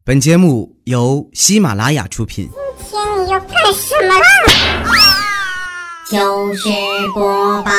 本节目由喜马拉雅出品。 今天你要干什么啦？ 糗事播报。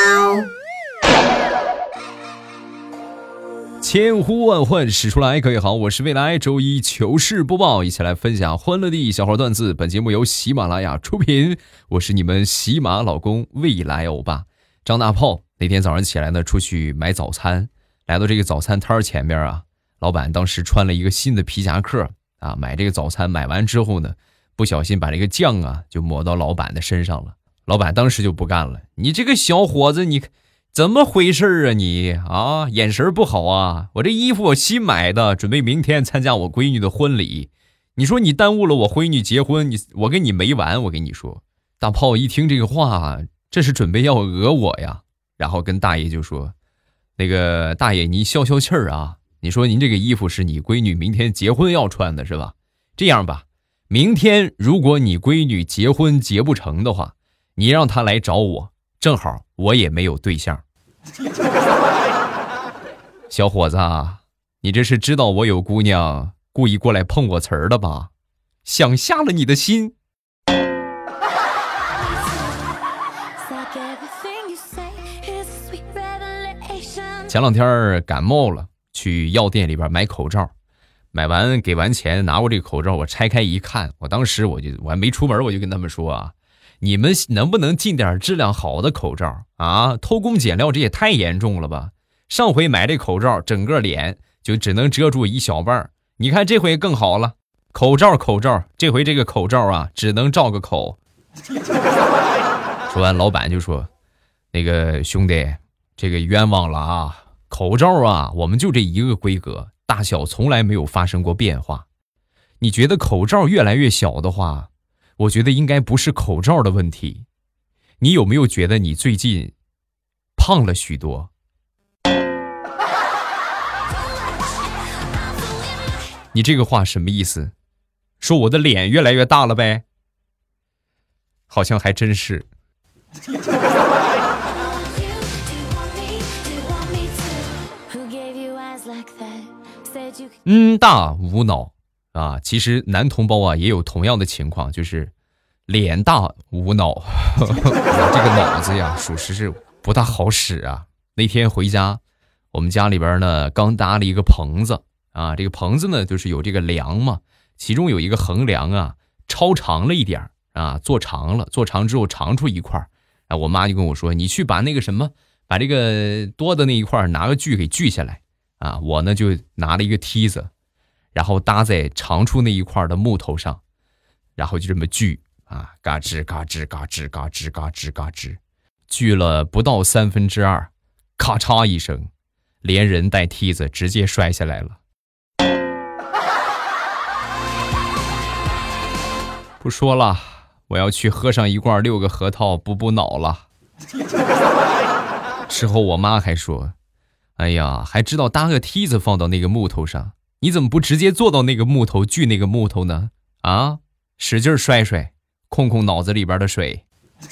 千呼万唤始出来，各位好，我是未来周一糗事播报，一起来分享欢乐的小伙段子。本节目由喜马拉雅出品，我是你们喜马老公未来欧巴张大炮。那天早上起来呢，出去买早餐，来到这个早餐摊前边啊，老板当时穿了一个新的皮夹克啊，买这个早餐买完之后呢，不小心把这个酱啊就抹到老板的身上了。老板当时就不干了，你这个小伙子你怎么回事啊你啊，眼神不好啊，我这衣服我新买的，准备明天参加我闺女的婚礼，你说你耽误了我闺女结婚，我跟你没完。我跟你说，大炮一听这个话，这是准备要讹我呀，然后跟大爷就说，那个大爷你消消气儿啊，你说您这个衣服是你闺女明天结婚要穿的是吧？这样吧，明天如果你闺女结婚结不成的话，你让她来找我，正好我也没有对象。小伙子啊，你这是知道我有姑娘，故意过来碰我瓷儿的吧？想瞎了你的心。前两天感冒了，去药店里边买口罩，买完给完钱，拿过这个口罩，我拆开一看，我当时我还没出门，我就跟他们说啊，你们能不能进点质量好的口罩啊？偷工减料这也太严重了吧！上回买这口罩，整个脸就只能遮住一小半，你看这回更好了，口罩，这回这个口罩啊，只能罩个口。说完，老板就说：“那个兄弟，这个冤枉了啊！口罩啊，我们就这一个规格，大小从来没有发生过变化。你觉得口罩越来越小的话，我觉得应该不是口罩的问题。你有没有觉得你最近胖了许多？”你这个话什么意思？说我的脸越来越大了呗？好像还真是。大无脑啊！其实男同胞啊也有同样的情况，就是脸大无脑。我这个脑子呀，属实是不大好使啊。那天回家，我们家里边呢刚搭了一个棚子啊，这个棚子呢就是有这个梁嘛，其中有一个横梁啊超长了一点啊，做长了，做长之后长出一块啊，我妈就跟我说，你去把那个什么，把这个多的那一块拿个锯给锯下来啊。我呢就拿了一个梯子，然后搭在长出那一块的木头上，然后就这么锯啊，嘎吱嘎吱嘎吱嘎吱嘎吱嘎吱，锯了不到2/3，咔嚓一声，连人带梯子直接摔下来了。不说了，我要去喝上一罐6个核桃补脑了。事后我妈还说，哎呀，还知道搭个梯子放到那个木头上，你怎么不直接坐到那个木头锯那个木头呢？啊，使劲摔摔，控脑子里边的水。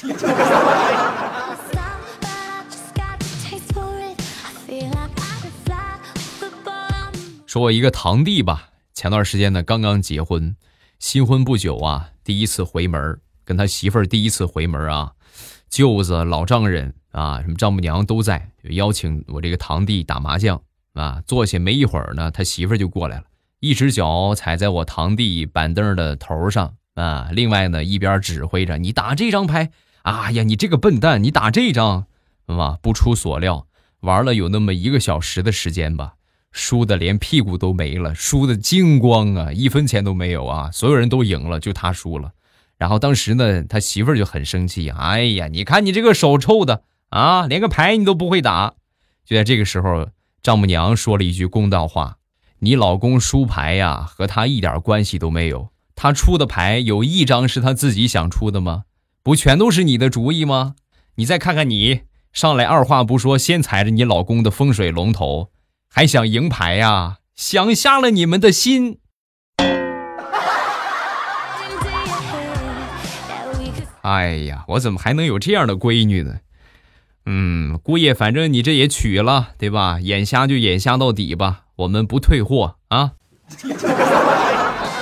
说我一个堂弟吧，前段时间呢刚刚结婚，新婚不久啊，第一次回门，跟他媳妇儿第一次回门啊，舅子老丈人啊，什么丈母娘都在，就邀请我这个堂弟打麻将啊。坐下没一会儿呢，他媳妇儿就过来了，一只脚踩在我堂弟板凳的头上啊，另外呢一边指挥着，你打这张牌，哎呀你这个笨蛋，你打这张啊。不出所料，玩了有那么1个小时的时间吧，输的连屁股都没了，输的精光啊，1分钱都没有啊，所有人都赢了，就他输了。然后当时呢，他媳妇儿就很生气，哎呀，你看你这个手臭的啊，连个牌你都不会打。就在这个时候，丈母娘说了一句公道话，你老公输牌呀，和他一点关系都没有，他出的牌有1张是他自己想出的吗？不全都是你的主意吗？你再看看你，上来二话不说，先踩着你老公的风水龙头，还想赢牌呀？想瞎了你们的心。哎呀，我怎么还能有这样的闺女呢？姑爷，反正你这也娶了，对吧？眼瞎就眼瞎到底吧，我们不退货啊。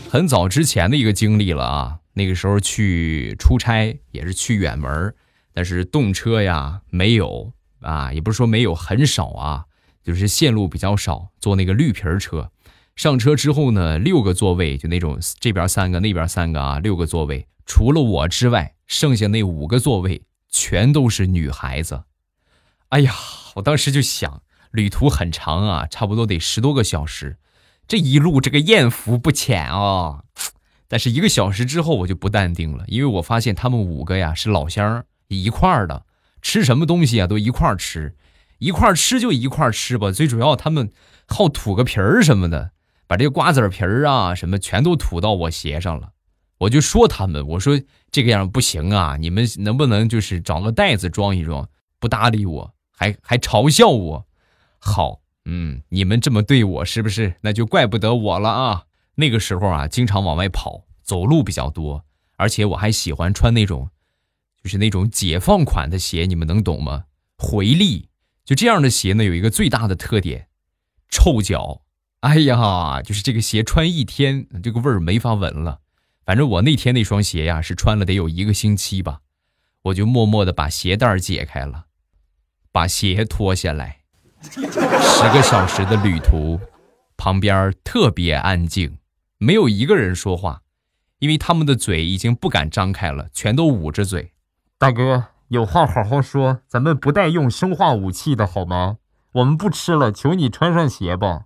很早之前的一个经历了啊。那个时候去出差，也是去远门，但是动车呀没有啊，也不是说没有，很少啊，就是线路比较少，坐那个绿皮车。上车之后呢，6个座位，就那种这边3个那边3个啊，6个座位，除了我之外，剩下那5个座位全都是女孩子。哎呀，我当时就想，旅途很长啊，差不多得10多个小时，这一路这个艳福不浅啊。但是1个小时之后我就不淡定了，因为我发现他们5个呀是老乡一块儿的，吃什么东西啊都一块儿吃，一块儿吃就一块儿吃吧，最主要他们好吐个皮儿什么的，把这个瓜子皮儿啊什么全都吐到我鞋上了。我就说他们，我说这个样不行啊，你们能不能就是找个袋子装一装？不搭理我，还嘲笑我。好，你们这么对我是不是？那就怪不得我了啊。那个时候啊，经常往外跑，走路比较多，而且我还喜欢穿那种，就是那种解放款的鞋，你们能懂吗？回力，就这样的鞋呢，有一个最大的特点，臭脚。哎呀，就是这个鞋穿一天，这个味儿没法闻了。反正我那天那双鞋呀，是穿了得有1个星期吧，我就默默地把鞋带解开了，把鞋脱下来。10个小时的旅途，旁边特别安静，没有一个人说话，因为他们的嘴已经不敢张开了，全都捂着嘴。 大哥，有话好好说，咱们不带用生化武器的好吗？我们不吃了，求你穿上鞋吧。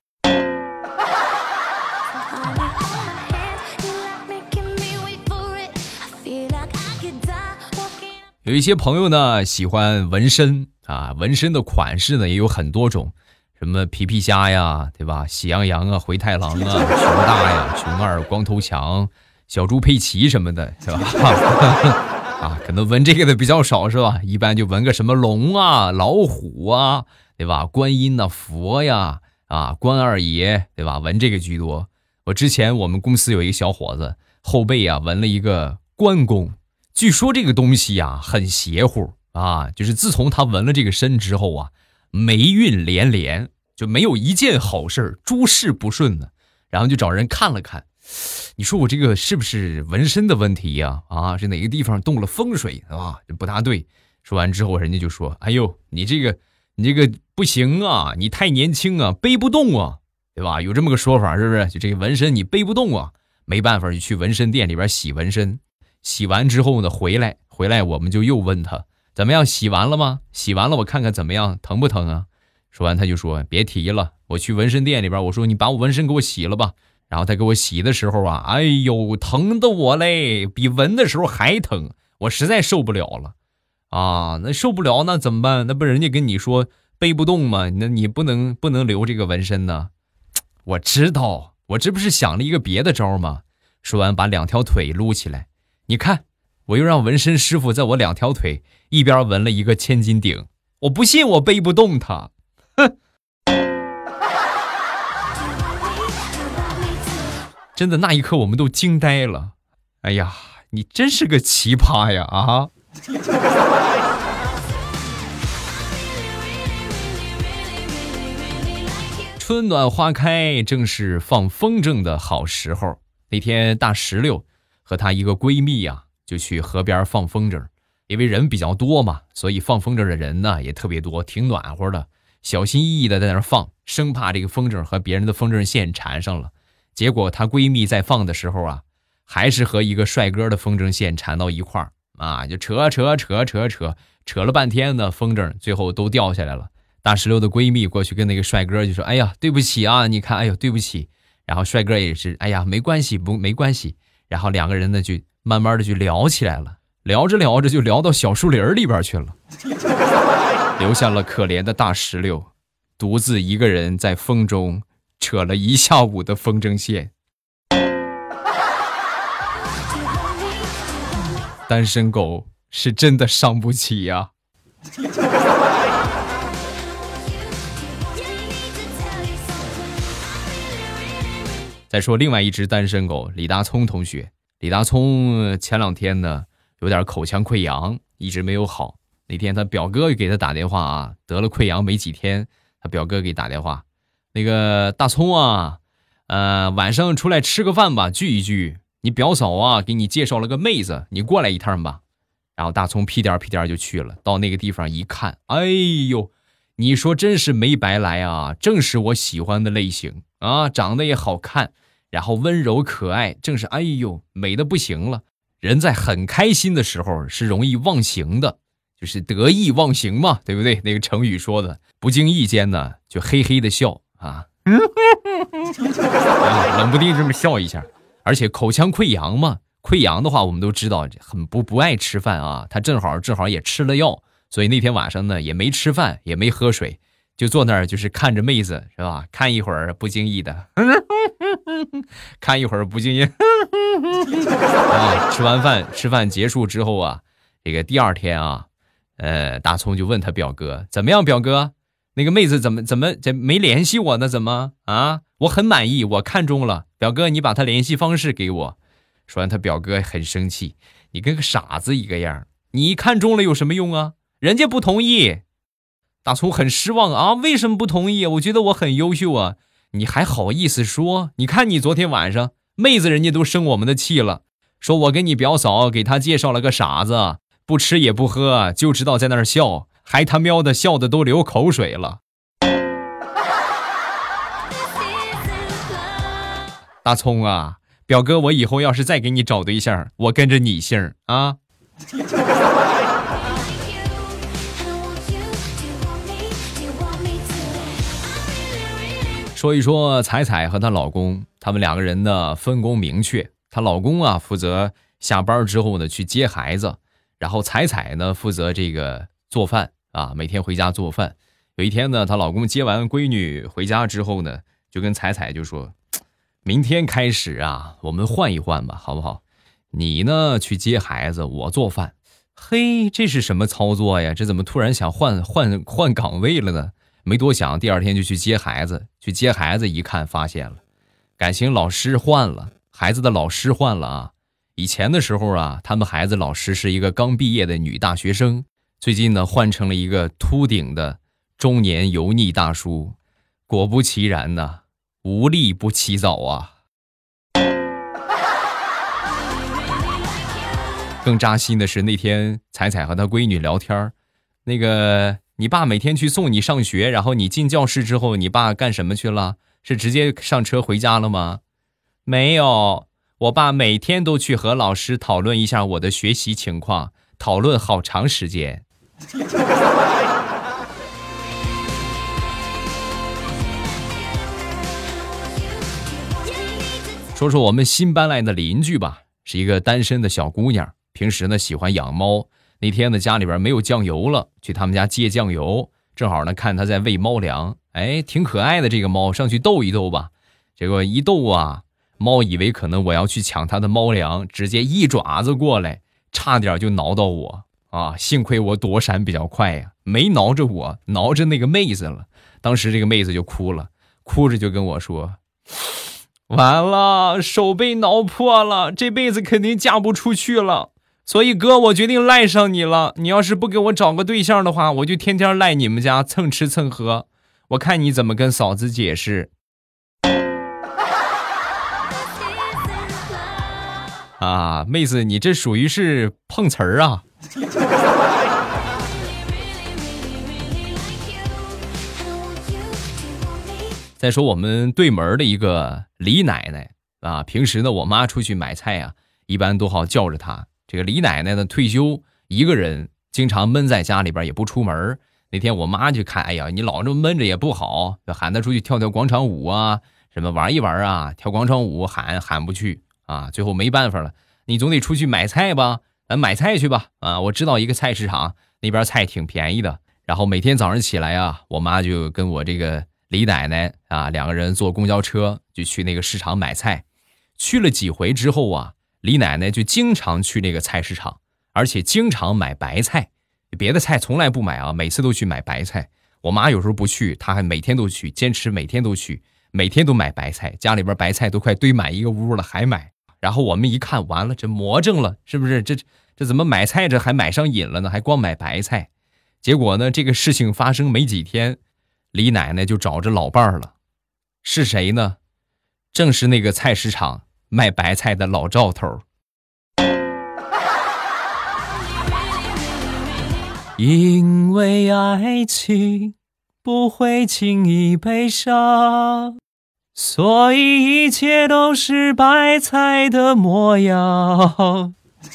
有一些朋友呢喜欢纹身啊，纹身的款式呢也有很多种，什么皮皮虾呀，对吧？喜羊羊啊，灰太狼啊，熊大呀，熊二，光头强，小猪佩奇什么的，对吧？啊，可能纹这个的比较少是吧？一般就纹个什么龙啊、老虎啊，对吧？观音啊、佛呀，啊，关二爷，对吧？纹这个居多。我之前我们公司有一个小伙子，后背啊纹了一个关公。据说这个东西啊很邪乎啊，就是自从他纹了这个身之后啊，霉运连连，就没有一件好事，诸事不顺的。然后就找人看了看，你说我这个是不是纹身的问题呀？啊，是哪个地方动了风水啊？这不大对。说完之后，人家就说：“哎呦，你这个不行啊，你太年轻啊，背不动啊，对吧？有这么个说法，是不是？就这个纹身你背不动啊，没办法，就去纹身店里边洗纹身。”洗完之后呢，回来我们就又问他怎么样，洗完了吗？洗完了我看看怎么样，疼不疼啊？说完他就说别提了，我去纹身店里边，我说你把我纹身给我洗了吧。然后他给我洗的时候啊，哎呦，疼的我嘞，比纹的时候还疼，我实在受不了了啊！那受不了那怎么办？那不人家跟你说背不动吗？那你不能留这个纹身呢？我知道，我这不是想了一个别的招吗？说完把2条腿撸起来，你看，我又让纹身师傅在我2条腿一边纹了一个千斤顶，我不信我背不动它，哼！真的那一刻我们都惊呆了，哎呀，你真是个奇葩呀啊！春暖花开，正是放风筝的好时候。那天大石榴和她一个闺蜜啊，就去河边放风筝，因为人比较多嘛，所以放风筝的人呢也特别多，挺暖和的，小心翼翼的在那放，生怕这个风筝和别人的风筝线缠上了。结果她闺蜜在放的时候啊，还是和一个帅哥的风筝线缠到一块儿啊，就扯了半天呢，风筝最后都掉下来了。大石榴的闺蜜过去跟那个帅哥就说：“哎呀，对不起啊，你看，哎呦，对不起。”然后帅哥也是：“哎呀，没关系，没关系。”然后2个人呢就慢慢的就聊起来了，聊着聊着就聊到小树林里边去了，留下了可怜的大石榴，独自一个人在风中扯了1下午的风筝线。单身狗是真的伤不起呀。再说另外一只单身狗李大聪同学，李大聪前2天呢有点口腔溃疡，一直没有好。那天他表哥给他打电话啊，得了溃疡没几天，他表哥给打电话，那个大聪啊， 晚上出来吃个饭吧，聚一聚。你表嫂啊，给你介绍了个妹子，你过来一趟吧。然后大葱屁颠屁颠就去了。到那个地方一看，哎呦，你说真是没白来啊，正是我喜欢的类型啊，长得也好看，然后温柔可爱，正是哎呦，美的不行了。人在很开心的时候是容易忘形的，就是得意忘形嘛，对不对？那个成语说的，不经意间呢就嘿嘿的笑啊，冷不丁这么笑一下，而且口腔溃疡嘛，溃疡的话我们都知道很不爱吃饭啊，他正好也吃了药，所以那天晚上呢也没吃饭也没喝水，就坐那儿就是看着妹子是吧？看一会儿不经意的，看一会儿不经意啊。吃饭结束之后啊，这个第二天啊，大葱就问他表哥怎么样？表哥，那个妹子怎么没联系我呢？怎么啊？我很满意，我看中了。表哥，你把她联系方式给我。说完，他表哥很生气，你跟个傻子一个样，你看中了有什么用啊？人家不同意。大葱很失望啊，为什么不同意？我觉得我很优秀啊，你还好意思说？你看你昨天晚上，妹子人家都生我们的气了，说我跟你表嫂给她介绍了个傻子，不吃也不喝，就知道在那儿笑，还他喵的笑的都流口水了。大葱啊，表哥，我以后要是再给你找对象，我跟着你姓啊。说一说彩彩和她老公，他们两个人呢分工明确，她老公啊负责下班之后呢去接孩子，然后彩彩呢负责这个做饭啊，每天回家做饭。有一天呢，她老公接完闺女回家之后呢，就跟彩彩就说，明天开始啊，我们换一换吧，好不好？你呢去接孩子，我做饭。嘿，这是什么操作呀？这怎么突然想换岗位了呢？没多想，第二天就去接孩子。去接孩子一看，发现了，感情老师换了，孩子的老师换了啊。以前的时候啊，他们孩子老师是一个刚毕业的女大学生，最近呢换成了一个秃顶的中年油腻大叔。果不其然呢，无利不起早啊。更扎心的是，那天彩彩和她闺女聊天，那个你爸每天去送你上学，然后你进教室之后，你爸干什么去了？是直接上车回家了吗？没有，我爸每天都去和老师讨论一下我的学习情况，讨论好长时间。说说我们新搬来的邻居吧，是一个单身的小姑娘，平时呢喜欢养猫。那天呢家里边没有酱油了，去他们家借酱油，正好呢看她在喂猫粮，哎，挺可爱的这个猫，上去逗一逗吧。结果一逗啊，猫以为可能我要去抢它的猫粮，直接一爪子过来，差点就挠到我啊！幸亏我躲闪比较快呀，没挠着我，挠着那个妹子了。当时这个妹子就哭了，哭着就跟我说，完了，手被挠破了，这辈子肯定嫁不出去了。所以哥，我决定赖上你了，你要是不给我找个对象的话，我就天天赖你们家蹭吃蹭喝，我看你怎么跟嫂子解释。啊，妹子，你这属于是碰瓷儿啊。再说我们对门的一个李奶奶啊，平时呢我妈出去买菜啊，一般都好叫着她。这个李奶奶呢退休一个人，经常闷在家里边也不出门。那天我妈就看，哎呀，你老这么闷着也不好，就喊她出去跳跳广场舞啊，什么玩一玩啊，跳广场舞喊不去啊，最后没办法了，你总得出去买菜吧，咱买菜去吧啊！我知道一个菜市场，那边菜挺便宜的。然后每天早上起来啊，我妈就跟我这个李奶奶啊，两个人坐公交车就去那个市场买菜。去了几回之后啊，李奶奶就经常去那个菜市场，而且经常买白菜，别的菜从来不买啊，每次都去买白菜。我妈有时候不去，她还每天都去，坚持每天都去，每天都买白菜，家里边白菜都快堆满一个屋了，还买。然后我们一看，完了，这魔怔了，是不是？这怎么买菜这还买上瘾了呢？还光买白菜。结果呢，这个事情发生没几天，李奶奶就找着老伴儿了。是谁呢？ 正是那个菜市场卖白菜的老赵头。因为爱情不会轻易悲伤，所以一切都是白菜的模样。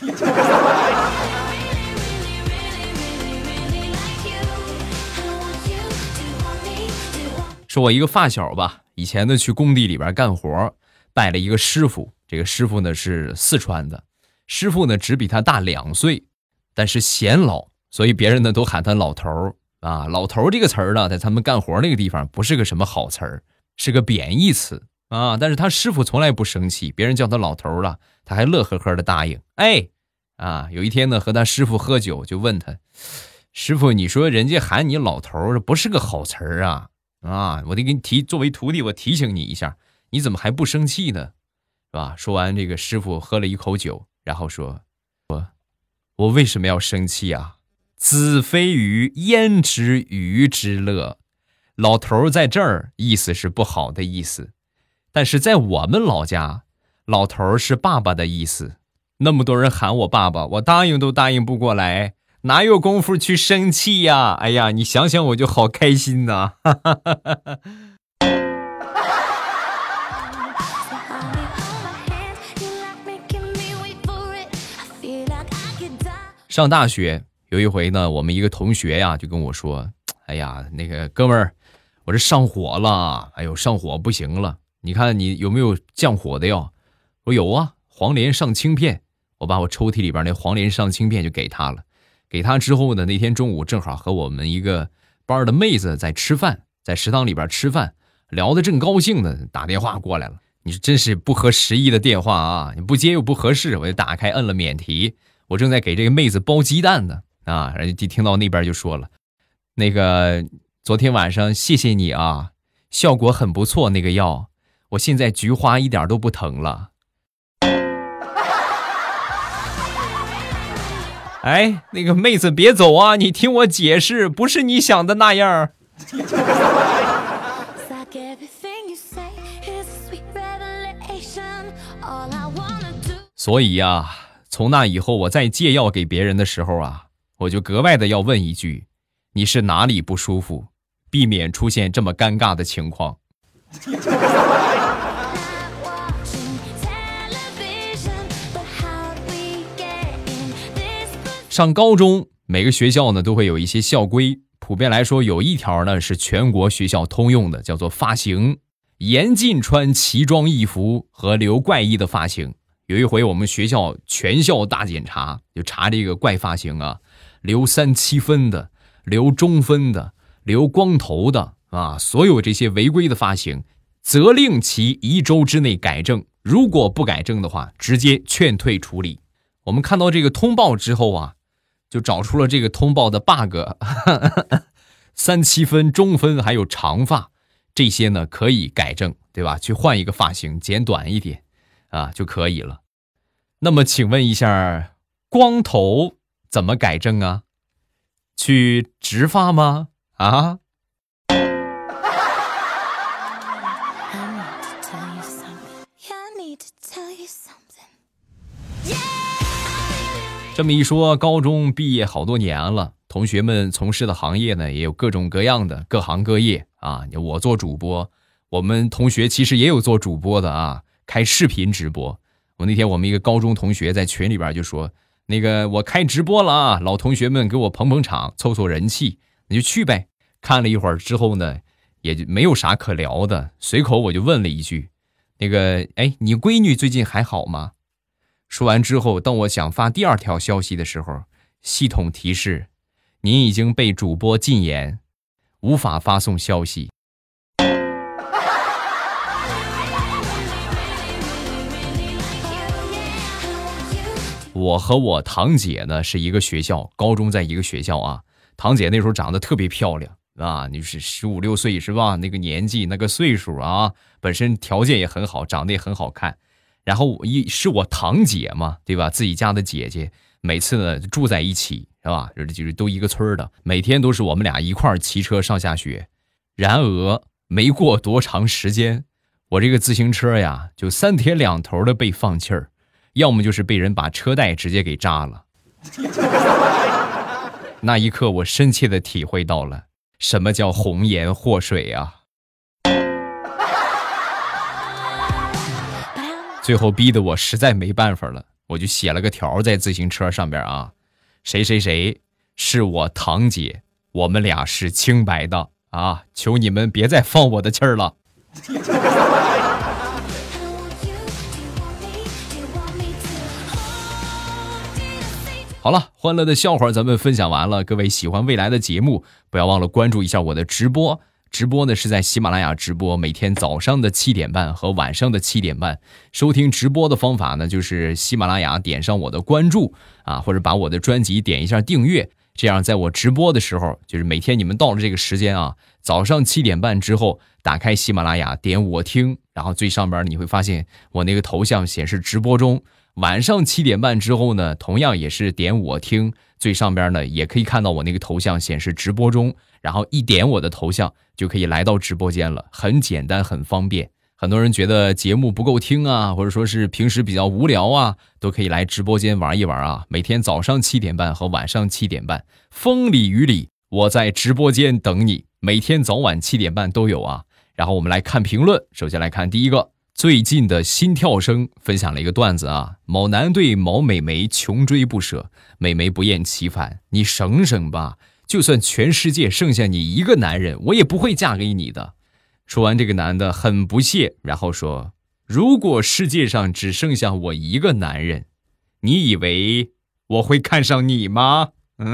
说我一个发小吧，以前呢去工地里边干活，拜了一个师傅，这个师傅呢是四川的，师傅呢只比他大2岁，但是显老，所以别人呢都喊他老头啊。老头这个词儿呢，在他们干活那个地方不是个什么好词儿，是个贬义词啊。但是他师傅从来不生气，别人叫他老头了，他还乐呵呵的答应。有一天呢和他师傅喝酒，就问他，师傅，你说人家喊你老头不是个好词儿啊？我得给你作为徒弟，我提醒你一下，你怎么还不生气呢？是吧？说完，这个师傅喝了一口酒，然后说，我为什么要生气啊？子非鱼，焉知鱼之乐？老头在这儿意思是不好的意思，但是在我们老家，老头是爸爸的意思。那么多人喊我爸爸，我答应都答应不过来，哪有功夫去生气呀？哎呀，你想想我就好开心呐！上大学有一回呢，我们一个同学呀就跟我说，哎呀，那个哥们儿，我这上火了，哎呦，上火不行了，你看你有没有降火的药？我有啊，黄连上清片。我把我抽屉里边那黄连上清片就给他了。给他之后呢，那天中午正好和我们一个班的妹子在吃饭，在食堂里边吃饭，聊得正高兴呢，打电话过来了。你说真是不合时宜的电话啊，你不接又不合适，我就打开摁了免提。我正在给这个妹子剥鸡蛋呢，然后就听到那边就说了，那个昨天晚上谢谢你啊，效果很不错，那个药，我现在菊花一点都不疼了。哎，那个妹子别走啊，你听我解释，不是你想的那样。所以啊，从那以后我再借药给别人的时候啊，我就格外的要问一句，你是哪里不舒服，避免出现这么尴尬的情况。上高中每个学校呢都会有一些校规，普遍来说有一条呢是全国学校通用的，叫做发型，严禁穿奇装异服和留怪异的发型。有一回我们学校全校大检查，就查这个怪发型啊，留3、7分的，留中分的，留光头的啊，所有这些违规的发型，责令其1周之内改正，如果不改正的话，直接劝退处理。我们看到这个通报之后啊，就找出了这个通报的 bug 3、7分、中分还有长发，这些呢可以改正，对吧？去换一个发型，剪短一点啊就可以了。那么请问一下，光头怎么改正啊？去直发吗？啊？这么一说，高中毕业好多年了，同学们从事的行业呢也有各种各样的，各行各业啊。我做主播，我们同学其实也有做主播的啊，开视频直播。那天我们一个高中同学在群里边就说，那个我开直播了啊，老同学们给我捧捧场，凑凑人气，你就去呗。看了一会儿之后呢，也就没有啥可聊的，随口我就问了一句，那个你闺女最近还好吗？说完之后，当我想发第2条消息的时候，系统提示您已经被主播禁言，无法发送消息。我和我堂姐呢是一个学校，高中在一个学校啊。堂姐那时候长得特别漂亮啊，你是15、16岁是吧？那个年纪那个岁数啊，本身条件也很好，长得也很好看。然后是我堂姐嘛，对吧？自己家的姐姐，每次呢住在一起是吧？就是都一个村的，每天都是我们俩一块儿骑车上下学。然而没过多长时间， 我这个自行车呀，就3天2头的被放气儿，要么就是被人把车带直接给扎了。那一刻，我深切的体会到了什么叫红颜祸水啊！最后逼得我实在没办法了，我就写了个条在自行车上边啊，谁谁谁是我堂姐，我们俩是清白的啊，求你们别再放我的气儿了。好了，欢乐的笑话咱们分享完了，各位喜欢未来的节目，不要忘了关注一下我的直播。直播呢是在喜马拉雅直播，每天早上的7点半和晚上的7点半。收听直播的方法呢，就是喜马拉雅点上我的关注啊，或者把我的专辑点一下订阅，这样在我直播的时候，就是每天你们到了这个时间啊，早上7点半之后打开喜马拉雅点我听，然后最上边你会发现我那个头像显示直播中。晚上7点半之后呢，同样也是点我听，最上边呢也可以看到我那个头像显示直播中，然后一点我的头像就可以来到直播间了，很简单很方便。很多人觉得节目不够听啊，或者说是平时比较无聊啊，都可以来直播间玩一玩啊。每天早上7点半和晚上7点半，风里雨里我在直播间等你，每天早晚7点半都有啊。然后我们来看评论，首先来看第一个，最近的心跳声分享了一个段子啊，某男对某美眉穷追不舍，美眉不厌其烦，你省省吧，就算全世界剩下你一个男人，我也不会嫁给你的。说完这个男的很不屑，然后说，如果世界上只剩下我一个男人，你以为我会看上你吗？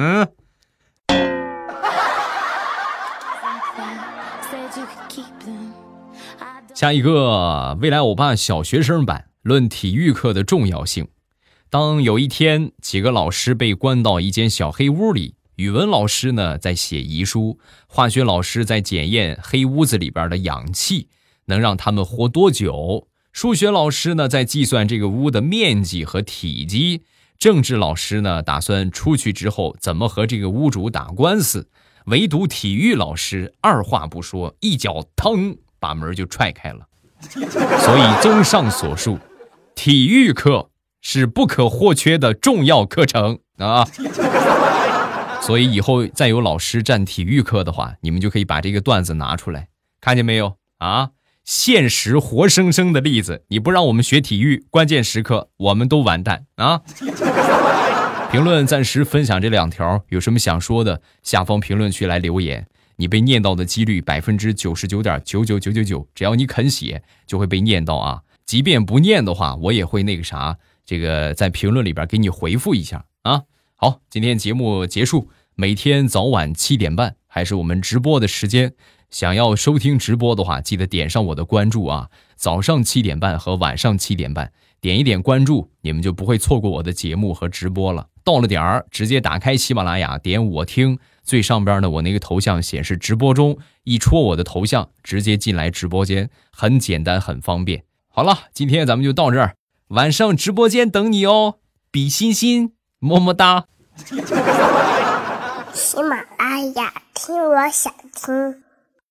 下一个，未来欧巴小学生版论体育课的重要性。当有一天几个老师被关到一间小黑屋里，语文老师呢在写遗书，化学老师在检验黑屋子里边的氧气能让他们活多久，数学老师呢在计算这个屋的面积和体积，政治老师呢打算出去之后怎么和这个屋主打官司，唯独体育老师二话不说，一脚腾把门就踹开了。所以综上所述，体育课是不可或缺的重要课程啊。所以以后再有老师占体育课的话，你们就可以把这个段子拿出来，看见没有啊？现实活生生的例子，你不让我们学体育，关键时刻我们都完蛋啊！评论暂时分享这2条，有什么想说的，下方评论区来留言。你被念到的几率99.99999%，只要你肯写，就会被念到啊。即便不念的话，我也会这个在评论里边给你回复一下啊。好，今天节目结束，每天早晚7点半还是我们直播的时间。想要收听直播的话，记得点上我的关注啊。早上7点半和晚上7点半，点一点关注，你们就不会错过我的节目和直播了。到了点儿，直接打开喜马拉雅，点我听，最上边呢我那个头像显示直播中，一戳我的头像，直接进来直播间，很简单很方便。好了，今天咱们就到这儿，晚上直播间等你哦，比心心，么么哒。 喜马拉雅，听我想听。